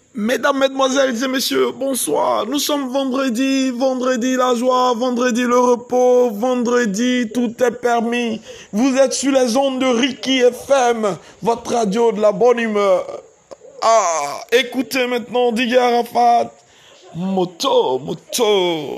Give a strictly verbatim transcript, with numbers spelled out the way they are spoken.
Mesdames, Mesdemoiselles et Messieurs, bonsoir. Nous sommes vendredi, vendredi la joie, vendredi le repos, vendredi tout est permis. Vous êtes sur les ondes de Ricky F M, votre radio de la bonne humeur. Ah, écoutez maintenant D J Arafat, moto, moto.